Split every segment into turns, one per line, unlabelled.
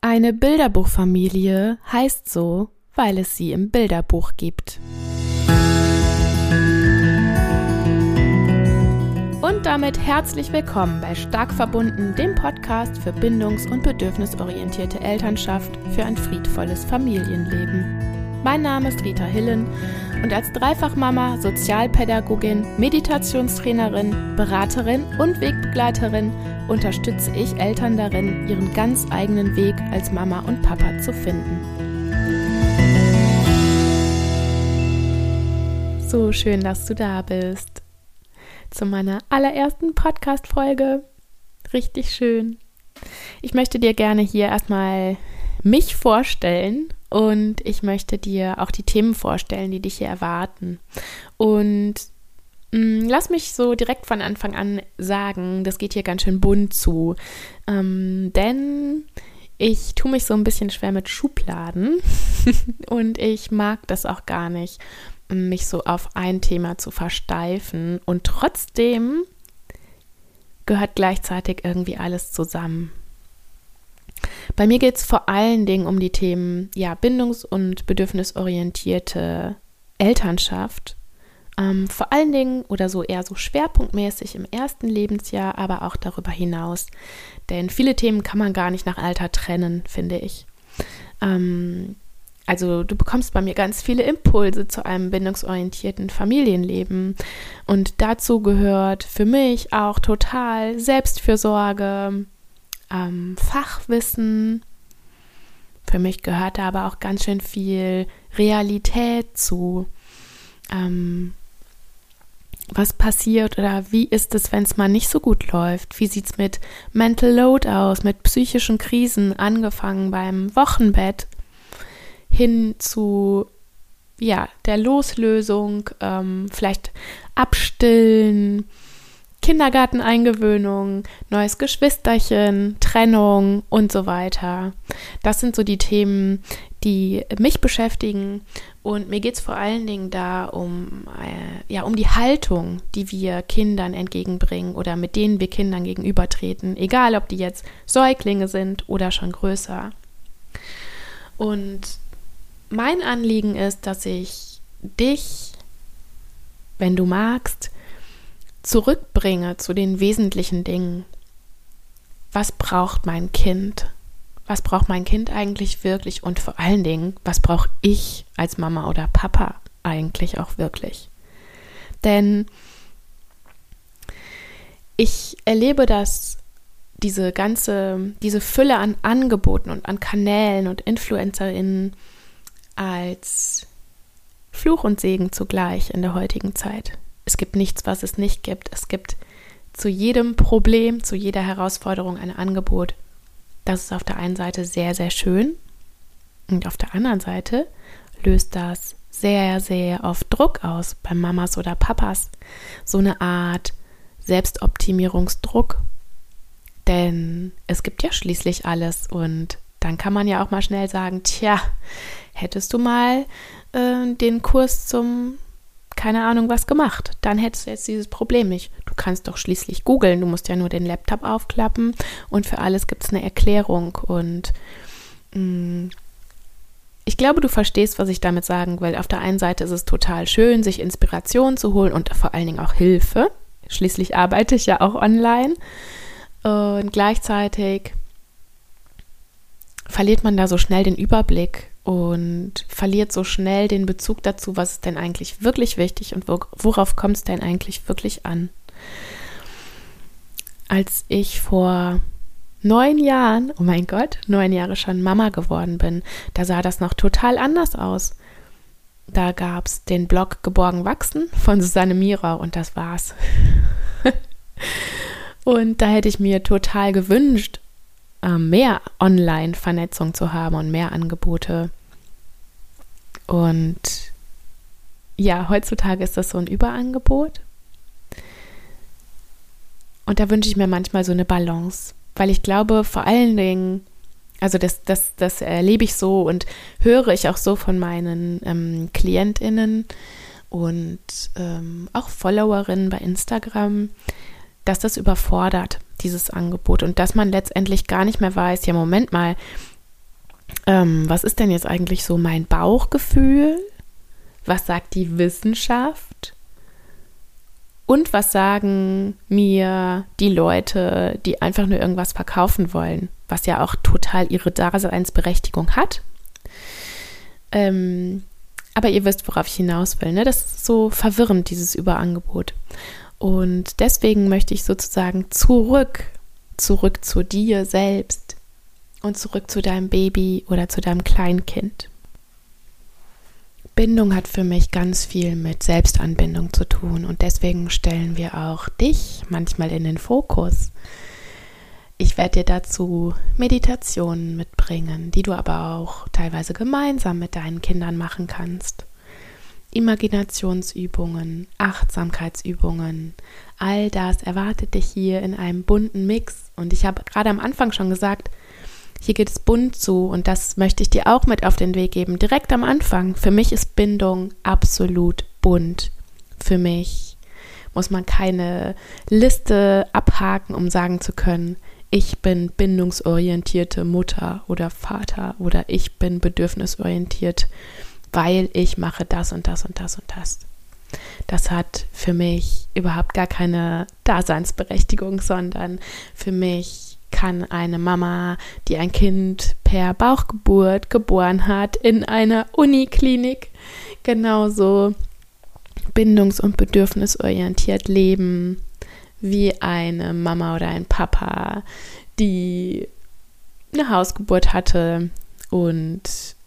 Eine Bilderbuchfamilie heißt so, weil es sie im Bilderbuch gibt. Und damit herzlich willkommen bei Stark verbunden, dem Podcast für bindungs- und bedürfnisorientierte Elternschaft für ein friedvolles Familienleben. Mein Name ist Rita Hillen und als Dreifachmama, Sozialpädagogin, Meditationstrainerin, Beraterin und Wegbegleiterin unterstütze ich Eltern darin, ihren ganz eigenen Weg als Mama und Papa zu finden. So schön, dass du da bist. Zu meiner allerersten Podcast-Folge. Richtig schön. Ich möchte dir gerne hier erstmal mich vorstellen und ich möchte dir auch die Themen vorstellen, die dich hier erwarten. Und lass mich so direkt von Anfang an sagen, das geht hier ganz schön bunt zu, denn ich tue mich so ein bisschen schwer mit Schubladen und ich mag das auch gar nicht, mich so auf ein Thema zu versteifen, und trotzdem gehört gleichzeitig irgendwie alles zusammen. Bei mir geht es vor allen Dingen um die Themen bindungs- und bedürfnisorientierte Elternschaft, vor allen Dingen oder so eher so schwerpunktmäßig im ersten Lebensjahr, aber auch darüber hinaus, denn viele Themen kann man gar nicht nach Alter trennen, finde ich. Also du bekommst bei mir ganz viele Impulse zu einem bindungsorientierten Familienleben, und dazu gehört für mich auch total Selbstfürsorge, Fachwissen. Für mich gehört da aber auch ganz schön viel Realität zu. Was passiert oder wie ist es, wenn es mal nicht so gut läuft? Wie sieht es mit Mental Load aus, mit psychischen Krisen, angefangen beim Wochenbett hin zu der Loslösung, vielleicht Abstillen, Kindergarteneingewöhnung, neues Geschwisterchen, Trennung und so weiter. Das sind so die Themen, die mich beschäftigen, und mir geht es vor allen Dingen da um die Haltung, die wir Kindern entgegenbringen oder mit denen wir Kindern gegenübertreten, egal ob die jetzt Säuglinge sind oder schon größer. Und mein Anliegen ist, dass ich dich, wenn du magst, zurückbringe zu den wesentlichen Dingen. Was braucht mein Kind? Was braucht mein Kind eigentlich wirklich? Und vor allen Dingen, was brauche ich als Mama oder Papa eigentlich auch wirklich? Denn ich erlebe, dass diese Fülle an Angeboten und an Kanälen und InfluencerInnen als Fluch und Segen zugleich in der heutigen Zeit. Es gibt nichts, was es nicht gibt. Es gibt zu jedem Problem, zu jeder Herausforderung ein Angebot. Das ist auf der einen Seite sehr, sehr schön, und auf der anderen Seite löst das sehr, sehr oft Druck aus bei Mamas oder Papas. So eine Art Selbstoptimierungsdruck. Denn es gibt ja schließlich alles, und dann kann man ja auch mal schnell sagen, hättest du mal den Kurs zum keine Ahnung was gemacht, dann hättest du jetzt dieses Problem nicht. Du kannst doch schließlich googeln, du musst ja nur den Laptop aufklappen und für alles gibt es eine Erklärung. Und ich glaube, du verstehst, was ich damit sagen will. Auf der einen Seite ist es total schön, sich Inspiration zu holen und vor allen Dingen auch Hilfe. Schließlich arbeite ich ja auch online, und gleichzeitig verliert man da so schnell den Überblick und verliert so schnell den Bezug dazu, was ist denn eigentlich wirklich wichtig und worauf kommt es denn eigentlich wirklich an. Als ich vor 9 Jahren, oh mein Gott, 9 Jahre schon Mama geworden bin, da sah das noch total anders aus. Da gab es den Blog Geborgen wachsen von Susanne Mira, und das war's. Und da hätte ich mir total gewünscht, mehr Online-Vernetzung zu haben und mehr Angebote. Und heutzutage ist das so ein Überangebot. Und da wünsche ich mir manchmal so eine Balance, weil ich glaube, vor allen Dingen, also das erlebe ich so und höre ich auch so von meinen KlientInnen und auch Followerinnen bei Instagram, dass das überfordert, dieses Angebot, und dass man letztendlich gar nicht mehr weiß, ja Moment mal, Was ist denn jetzt eigentlich so mein Bauchgefühl? Was sagt die Wissenschaft? Und was sagen mir die Leute, die einfach nur irgendwas verkaufen wollen, was ja auch total ihre Daseinsberechtigung hat? Aber ihr wisst, worauf ich hinaus will, ne? Das ist so verwirrend, dieses Überangebot. Und deswegen möchte ich sozusagen zurück zu dir selbst und zurück zu deinem Baby oder zu deinem Kleinkind. Bindung hat für mich ganz viel mit Selbstanbindung zu tun und deswegen stellen wir auch dich manchmal in den Fokus. Ich werde dir dazu Meditationen mitbringen, die du aber auch teilweise gemeinsam mit deinen Kindern machen kannst. Imaginationsübungen, Achtsamkeitsübungen, all das erwartet dich hier in einem bunten Mix. Und ich habe gerade am Anfang schon gesagt, hier geht es bunt zu und das möchte ich dir auch mit auf den Weg geben. Direkt am Anfang, für mich ist Bindung absolut bunt. Für mich muss man keine Liste abhaken, um sagen zu können, ich bin bindungsorientierte Mutter oder Vater oder ich bin bedürfnisorientiert, weil ich mache das und das und das und das. Das hat für mich überhaupt gar keine Daseinsberechtigung, sondern für mich kann eine Mama, die ein Kind per Bauchgeburt geboren hat, in einer Uniklinik genauso bindungs- und bedürfnisorientiert leben wie eine Mama oder ein Papa, die eine Hausgeburt hatte und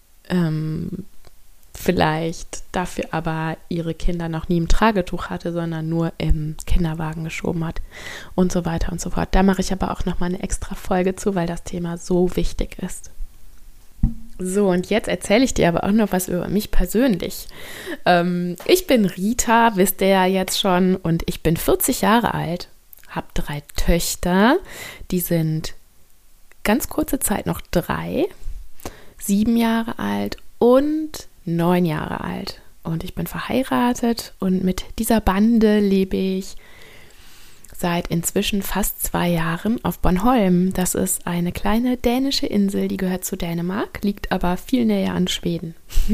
vielleicht dafür aber ihre Kinder noch nie im Tragetuch hatte, sondern nur im Kinderwagen geschoben hat und so weiter und so fort. Da mache ich aber auch nochmal eine extra Folge zu, weil das Thema so wichtig ist. So, und jetzt erzähle ich dir aber auch noch was über mich persönlich. Ich bin Rita, wisst ihr ja jetzt schon, und ich bin 40 Jahre alt, habe 3 Töchter, die sind ganz kurze Zeit noch 3, 7 Jahre alt und 9 Jahre alt. Und ich bin verheiratet und mit dieser Bande lebe ich seit inzwischen fast 2 Jahren auf Bornholm. Das ist eine kleine dänische Insel, die gehört zu Dänemark, liegt aber viel näher an Schweden.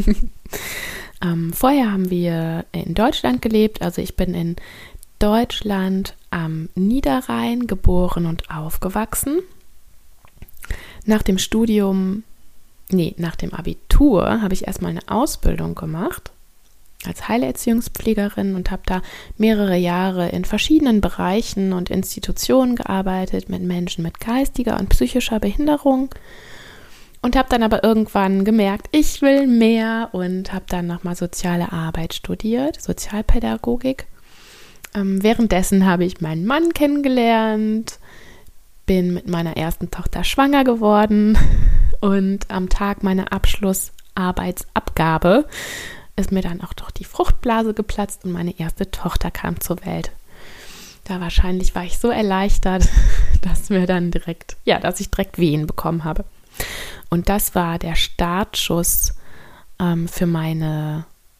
Vorher haben wir in Deutschland gelebt, also ich bin in Deutschland am Niederrhein geboren und aufgewachsen. Nach dem Abitur habe ich erstmal eine Ausbildung gemacht als Heilerziehungspflegerin und habe da mehrere Jahre in verschiedenen Bereichen und Institutionen gearbeitet mit Menschen mit geistiger und psychischer Behinderung und habe dann aber irgendwann gemerkt, ich will mehr und habe dann nochmal soziale Arbeit studiert, Sozialpädagogik. Währenddessen habe ich meinen Mann kennengelernt, bin mit meiner ersten Tochter schwanger geworden und am Tag meiner Abschlussarbeitsabgabe ist mir dann auch doch die Fruchtblase geplatzt und meine erste Tochter kam zur Welt. Da wahrscheinlich war ich so erleichtert, dass ich direkt Wehen bekommen habe. Und das war der Startschuss für meine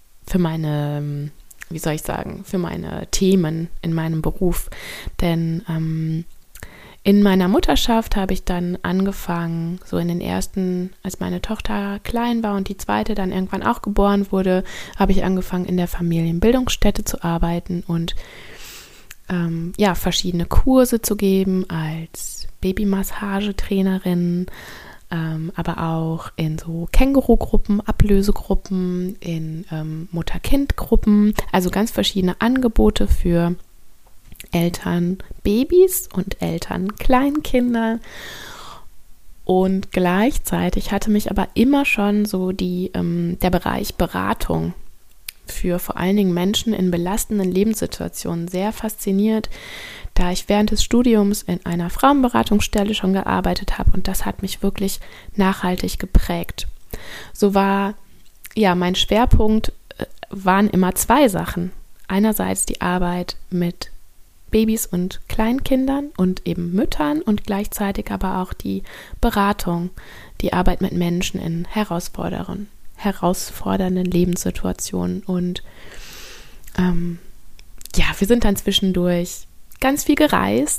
Themen in meinem Beruf. Denn in meiner Mutterschaft habe ich dann angefangen, so in den ersten, als meine Tochter klein war und die zweite dann irgendwann auch geboren wurde, habe ich angefangen, in der Familienbildungsstätte zu arbeiten und verschiedene Kurse zu geben als Babymassagetrainerin, aber auch in so Känguru-Gruppen, Ablösegruppen, in Mutter-Kind-Gruppen, also ganz verschiedene Angebote für Eltern Babys und Eltern Kleinkinder. Und gleichzeitig hatte mich aber immer schon so der Bereich Beratung für vor allen Dingen Menschen in belastenden Lebenssituationen sehr fasziniert, da ich während des Studiums in einer Frauenberatungsstelle schon gearbeitet habe und das hat mich wirklich nachhaltig geprägt. So war, mein Schwerpunkt waren immer 2 Sachen. Einerseits die Arbeit mit Babys und Kleinkindern und eben Müttern und gleichzeitig aber auch die Beratung, die Arbeit mit Menschen in herausfordernden Lebenssituationen. Und wir sind dann zwischendurch ganz viel gereist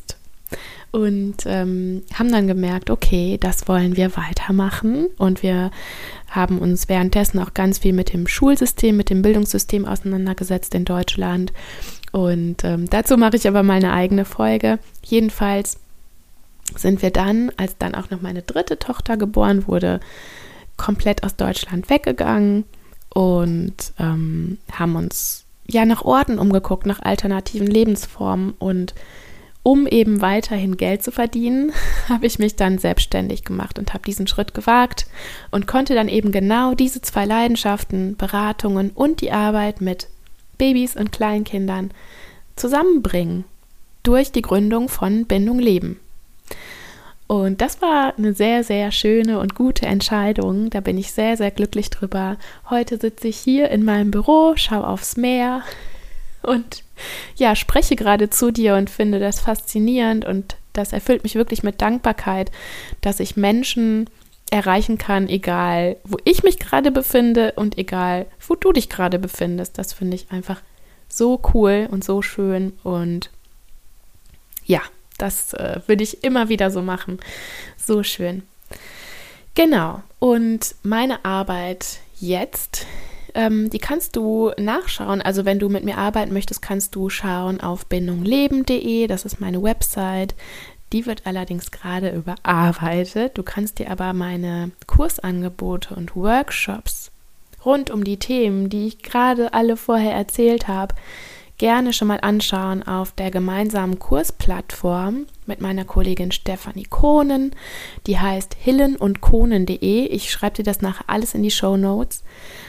und haben dann gemerkt, okay, das wollen wir weitermachen, und wir haben uns währenddessen auch ganz viel mit dem Schulsystem, mit dem Bildungssystem auseinandergesetzt in Deutschland, und dazu mache ich aber mal eine eigene Folge. Jedenfalls sind wir dann, als dann auch noch meine 3. Tochter geboren wurde, komplett aus Deutschland weggegangen und haben uns nach Orten umgeguckt, nach alternativen Lebensformen, und um eben weiterhin Geld zu verdienen, habe ich mich dann selbstständig gemacht und habe diesen Schritt gewagt und konnte dann eben genau diese 2 Leidenschaften, Beratungen und die Arbeit mit Babys und Kleinkindern zusammenbringen durch die Gründung von Bindung Leben. Und das war eine sehr, sehr schöne und gute Entscheidung. Da bin ich sehr, sehr glücklich drüber. Heute sitze ich hier in meinem Büro, schaue aufs Meer und spreche gerade zu dir und finde das faszinierend, und das erfüllt mich wirklich mit Dankbarkeit, dass ich Menschen erreichen kann, egal wo ich mich gerade befinde und egal wo du dich gerade befindest. Das finde ich einfach so cool und so schön, und das würde ich immer wieder so machen. So schön. Genau. Und meine Arbeit jetzt, die kannst du nachschauen. Also wenn du mit mir arbeiten möchtest, kannst du schauen auf bindungleben.de. Das ist meine Website. Die wird allerdings gerade überarbeitet. Du kannst dir aber meine Kursangebote und Workshops rund um die Themen, die ich gerade alle vorher erzählt habe, gerne schon mal anschauen auf der gemeinsamen Kursplattform mit meiner Kollegin Stefanie Kohnen. Die heißt hillenundkohnen.de. Ich schreibe dir das nachher alles in die Shownotes.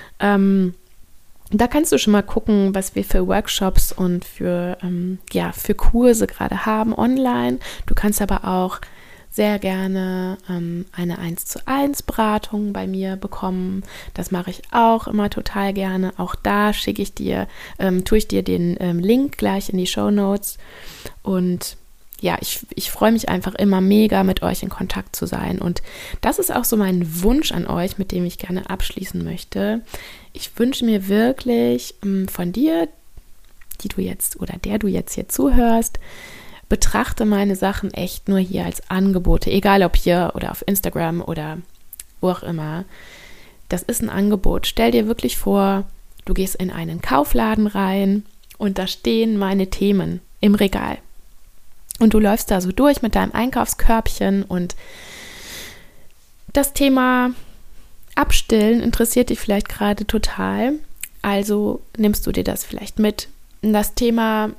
Da kannst du schon mal gucken, was wir für Workshops und für Kurse gerade haben online. Du kannst aber auch sehr gerne eine 1:1 Beratung bei mir bekommen. Das mache ich auch immer total gerne. Auch da tue ich dir den Link gleich in die Shownotes. Und ich freue mich einfach immer mega, mit euch in Kontakt zu sein. Und das ist auch so mein Wunsch an euch, mit dem ich gerne abschließen möchte. Ich wünsche mir wirklich von dir, der du jetzt hier zuhörst, betrachte meine Sachen echt nur hier als Angebote, egal ob hier oder auf Instagram oder wo auch immer. Das ist ein Angebot. Stell dir wirklich vor, du gehst in einen Kaufladen rein und da stehen meine Themen im Regal. Und du läufst da so durch mit deinem Einkaufskörbchen, und das Thema Abstillen interessiert dich vielleicht gerade total. Also nimmst du dir das vielleicht mit. Das Thema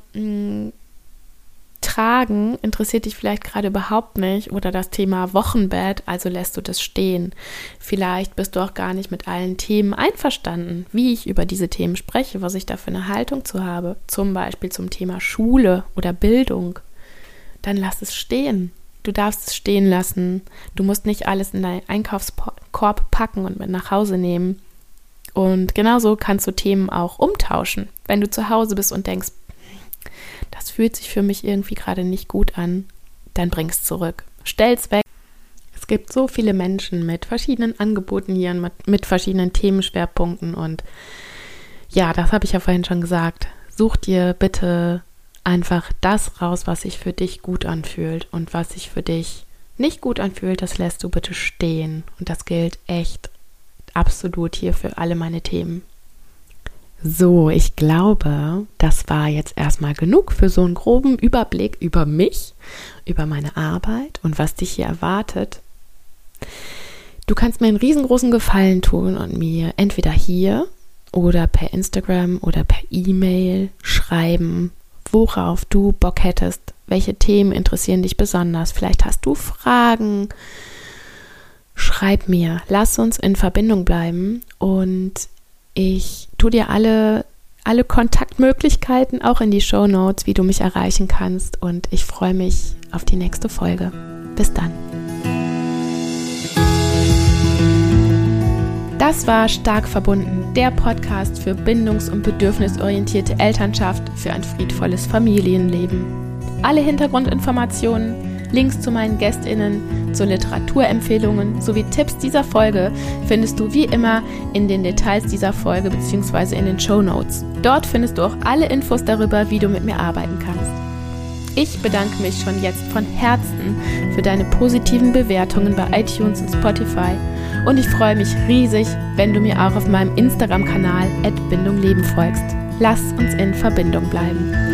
Tragen interessiert dich vielleicht gerade überhaupt nicht, oder das Thema Wochenbett, also lässt du das stehen. Vielleicht bist du auch gar nicht mit allen Themen einverstanden, wie ich über diese Themen spreche, was ich da für eine Haltung zu habe, zum Beispiel zum Thema Schule oder Bildung. Dann lass es stehen. Du darfst es stehen lassen. Du musst nicht alles in deinen Einkaufskorb packen und mit nach Hause nehmen. Und genauso kannst du Themen auch umtauschen. Wenn du zu Hause bist und denkst, das fühlt sich für mich irgendwie gerade nicht gut an, dann bring es zurück. Stell's weg. Es gibt so viele Menschen mit verschiedenen Angeboten hier, mit verschiedenen Themenschwerpunkten, und das habe ich ja vorhin schon gesagt. Such dir bitte einfach das raus, was sich für dich gut anfühlt, und was sich für dich nicht gut anfühlt, das lässt du bitte stehen. Und das gilt echt absolut hier für alle meine Themen. So, ich glaube, das war jetzt erstmal genug für so einen groben Überblick über mich, über meine Arbeit und was dich hier erwartet. Du kannst mir einen riesengroßen Gefallen tun und mir entweder hier oder per Instagram oder per E-Mail schreiben, worauf du Bock hättest, welche Themen interessieren dich besonders. Vielleicht hast du Fragen. Schreib mir, lass uns in Verbindung bleiben, und ich tue dir alle Kontaktmöglichkeiten auch in die Shownotes, wie du mich erreichen kannst, und ich freue mich auf die nächste Folge. Bis dann. Das war Stark verbunden, der Podcast für bindungs- und bedürfnisorientierte Elternschaft für ein friedvolles Familienleben. Alle Hintergrundinformationen, Links zu meinen GästInnen, zu Literaturempfehlungen sowie Tipps dieser Folge findest du wie immer in den Details dieser Folge bzw. in den Shownotes. Dort findest du auch alle Infos darüber, wie du mit mir arbeiten kannst. Ich bedanke mich schon jetzt von Herzen für deine positiven Bewertungen bei iTunes und Spotify und ich freue mich riesig, wenn du mir auch auf meinem Instagram-Kanal @bindungleben folgst. Lass uns in Verbindung bleiben.